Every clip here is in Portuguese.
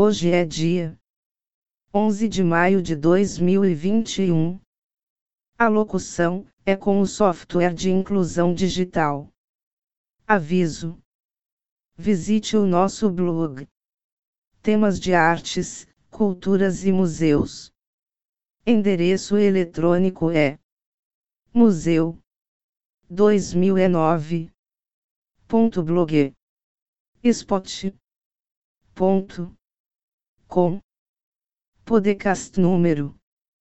Hoje é dia 11 de maio de 2021. A locução é com o software de inclusão digital. Aviso: visite o nosso blog. Temas de artes, culturas e museus. Endereço eletrônico é museu2009.blogspot.com. Podcast número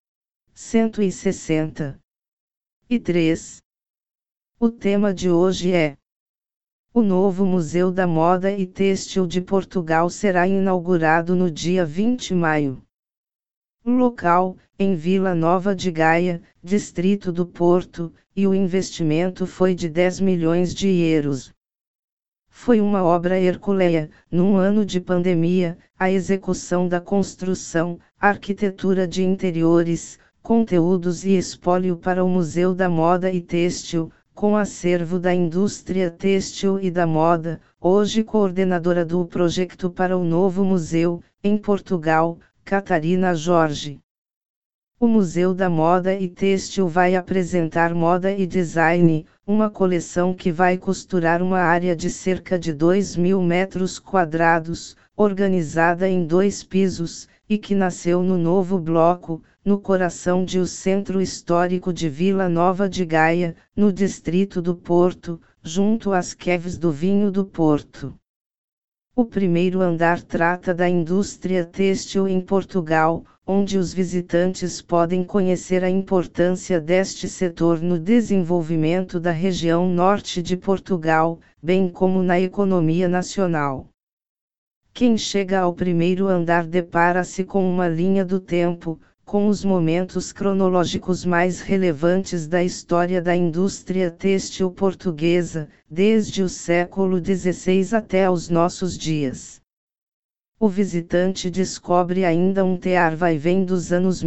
163. O tema de hoje é: o novo Museu da Moda e Têxtil de Portugal será inaugurado no dia 20 de maio. Local: em Vila Nova de Gaia, Distrito do Porto, e o investimento foi de 10 milhões de euros. Foi uma obra hercúlea, num ano de pandemia, a execução da construção, arquitetura de interiores, conteúdos e espólio para o Museu da Moda e Têxtil, com acervo da indústria têxtil e da moda, hoje coordenadora do projeto para o novo museu, em Portugal, Catarina Jorge. O Museu da Moda e Têxtil vai apresentar moda e design, uma coleção que vai costurar uma área de cerca de 2.000 metros quadrados, organizada em 2 pisos, e que nasceu no novo bloco, no coração do Centro Histórico de Vila Nova de Gaia, no Distrito do Porto, junto às caves do vinho do Porto. O primeiro andar trata da indústria têxtil em Portugal, onde os visitantes podem conhecer a importância deste setor no desenvolvimento da região norte de Portugal, bem como na economia nacional. Quem chega ao primeiro andar depara-se com uma linha do tempo, com os momentos cronológicos mais relevantes da história da indústria têxtil portuguesa, desde o século XVI até os nossos dias. O visitante descobre ainda um tear vai-vem dos anos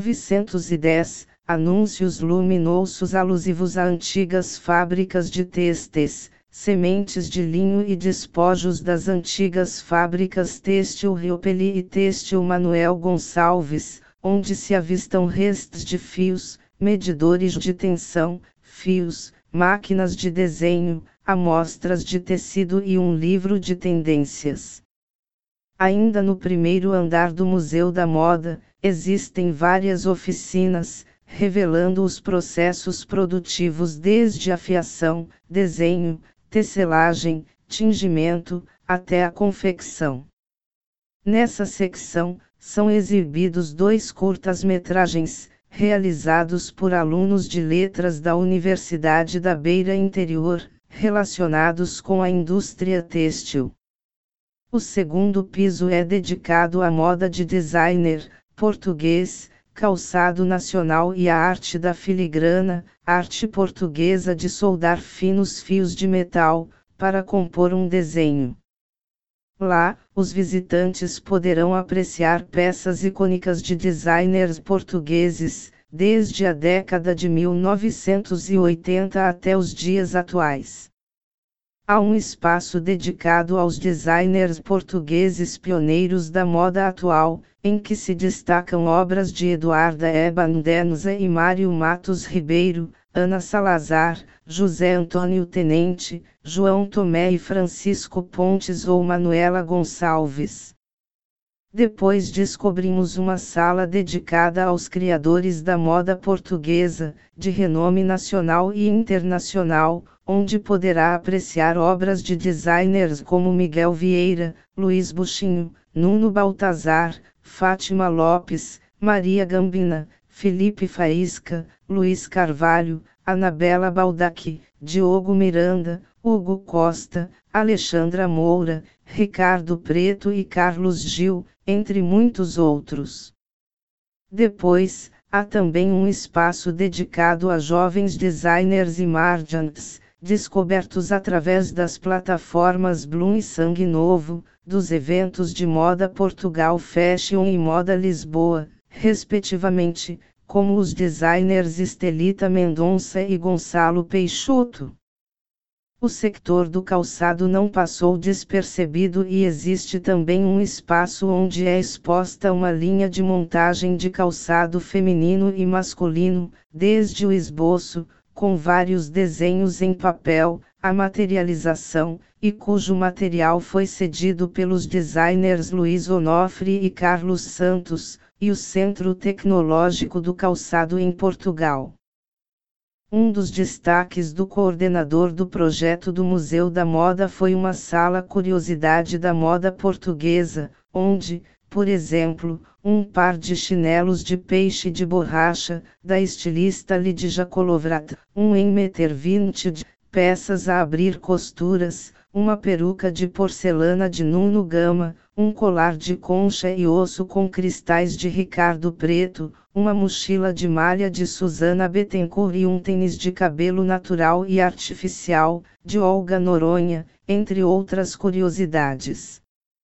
1910, anúncios luminosos alusivos a antigas fábricas de têxteis, sementes de linho e despojos das antigas fábricas Têxtil Riopeli e Têxtil Manuel Gonçalves, onde se avistam restos de fios, medidores de tensão, fios, máquinas de desenho, amostras de tecido e um livro de tendências. Ainda no primeiro andar do Museu da Moda, existem várias oficinas, revelando os processos produtivos desde a fiação, desenho, tecelagem, tingimento, até a confecção. Nessa secção, são exibidos 2 curtas-metragens, realizados por alunos de letras da Universidade da Beira Interior, relacionados com a indústria têxtil. O segundo piso é dedicado à moda de designer português, calçado nacional e a arte da filigrana, arte portuguesa de soldar finos fios de metal, para compor um desenho. Lá, os visitantes poderão apreciar peças icônicas de designers portugueses, desde a década de 1980 até os dias atuais. Há um espaço dedicado aos designers portugueses pioneiros da moda atual, em que se destacam obras de Eduarda Ebandenza e Mário Matos Ribeiro, Ana Salazar, José Antônio Tenente, João Tomé e Francisco Pontes ou Manuela Gonçalves. Depois descobrimos uma sala dedicada aos criadores da moda portuguesa, de renome nacional e internacional, onde poderá apreciar obras de designers como Miguel Vieira, Luiz Buchinho, Nuno Baltazar, Fátima Lopes, Maria Gambina, Felipe Faísca, Luiz Carvalho, Anabela Baldacchi, Diogo Miranda, Hugo Costa, Alexandra Moura, Ricardo Preto e Carlos Gil, entre muitos outros. Depois, há também um espaço dedicado a jovens designers emergentes, descobertos através das plataformas Bloom e Sangue Novo, dos eventos de Moda Portugal Fashion e Moda Lisboa, respectivamente, como os designers Estelita Mendonça e Gonçalo Peixoto. O sector do calçado não passou despercebido e existe também um espaço onde é exposta uma linha de montagem de calçado feminino e masculino, desde o esboço, com vários desenhos em papel, a materialização, e cujo material foi cedido pelos designers Luiz Onofre e Carlos Santos, e o Centro Tecnológico do Calçado em Portugal. Um dos destaques do coordenador do projeto do Museu da Moda foi uma sala Curiosidade da Moda Portuguesa, onde, por exemplo, um par de chinelos de peixe de borracha, da estilista Lídia Colovrat, um Emmeter Vintage, peças a abrir costuras, uma peruca de porcelana de Nuno Gama, um colar de concha e osso com cristais de Ricardo Preto, uma mochila de malha de Susana Bettencourt e um tênis de cabelo natural e artificial, de Olga Noronha, entre outras curiosidades.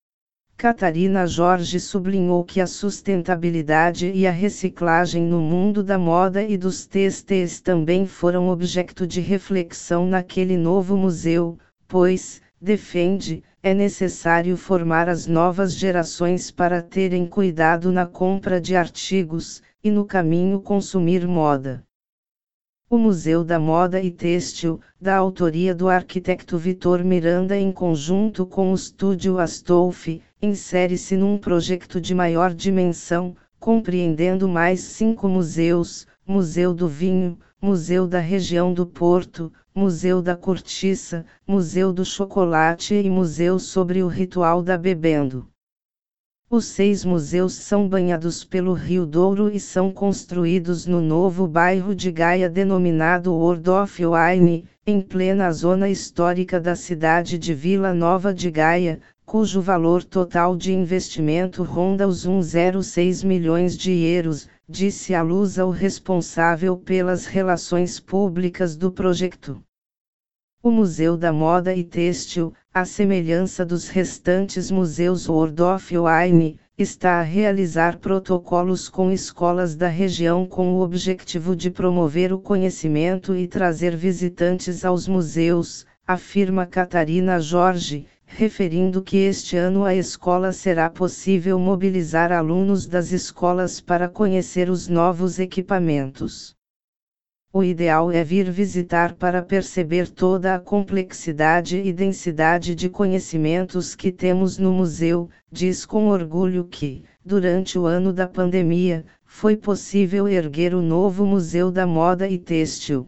Catarina Jorge sublinhou que a sustentabilidade e a reciclagem no mundo da moda e dos têxteis também foram objeto de reflexão naquele novo museu, pois, defende, é necessário formar as novas gerações para terem cuidado na compra de artigos, e no caminho consumir moda. O Museu da Moda e Têxtil, da autoria do arquiteto Vitor Miranda em conjunto com o Estúdio Astolfi, insere-se num projeto de maior dimensão, compreendendo mais 5 museus: Museu do Vinho, Museu da Região do Porto, Museu da Cortiça, Museu do Chocolate e Museu sobre o Ritual da Bebendo. Os 6 museus são banhados pelo Rio Douro e são construídos no novo bairro de Gaia denominado World of Wine, em plena zona histórica da cidade de Vila Nova de Gaia, cujo valor total de investimento ronda os 1,06 milhões de euros, disse à Lusa o responsável pelas relações públicas do projeto. O Museu da Moda e Têxtil, à semelhança dos restantes museus World of Wine, está a realizar protocolos com escolas da região com o objetivo de promover o conhecimento e trazer visitantes aos museus, afirma Catarina Jorge, referindo que este ano a escola será possível mobilizar alunos das escolas para conhecer os novos equipamentos. O ideal é vir visitar para perceber toda a complexidade e densidade de conhecimentos que temos no museu, diz com orgulho que, durante o ano da pandemia, foi possível erguer o novo Museu da Moda e Têxtil.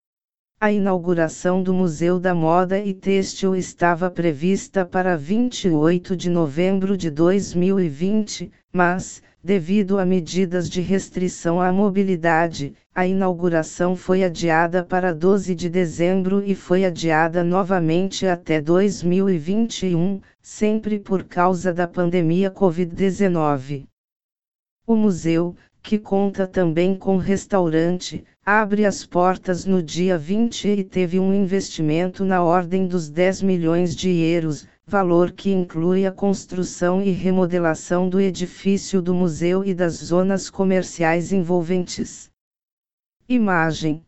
A inauguração do Museu da Moda e Têxtil estava prevista para 28 de novembro de 2020, mas, devido a medidas de restrição à mobilidade, a inauguração foi adiada para 12 de dezembro e foi adiada novamente até 2021, sempre por causa da pandemia Covid-19. O museu, que conta também com restaurante, abre as portas no dia 20 e teve um investimento na ordem dos 10 milhões de euros, valor que inclui a construção e remodelação do edifício do museu e das zonas comerciais envolventes. Imagem: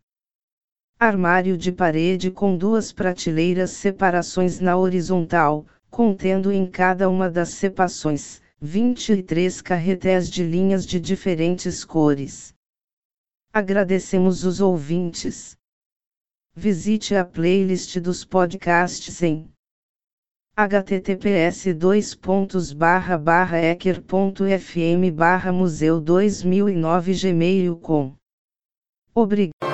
armário de parede com 2 prateleiras separações na horizontal, contendo em cada uma das separações 23 carretéis de linhas de diferentes cores. Agradecemos os ouvintes. Visite a playlist dos podcasts em https://ecker.fm/museu2009 gmail.com. Obrigado.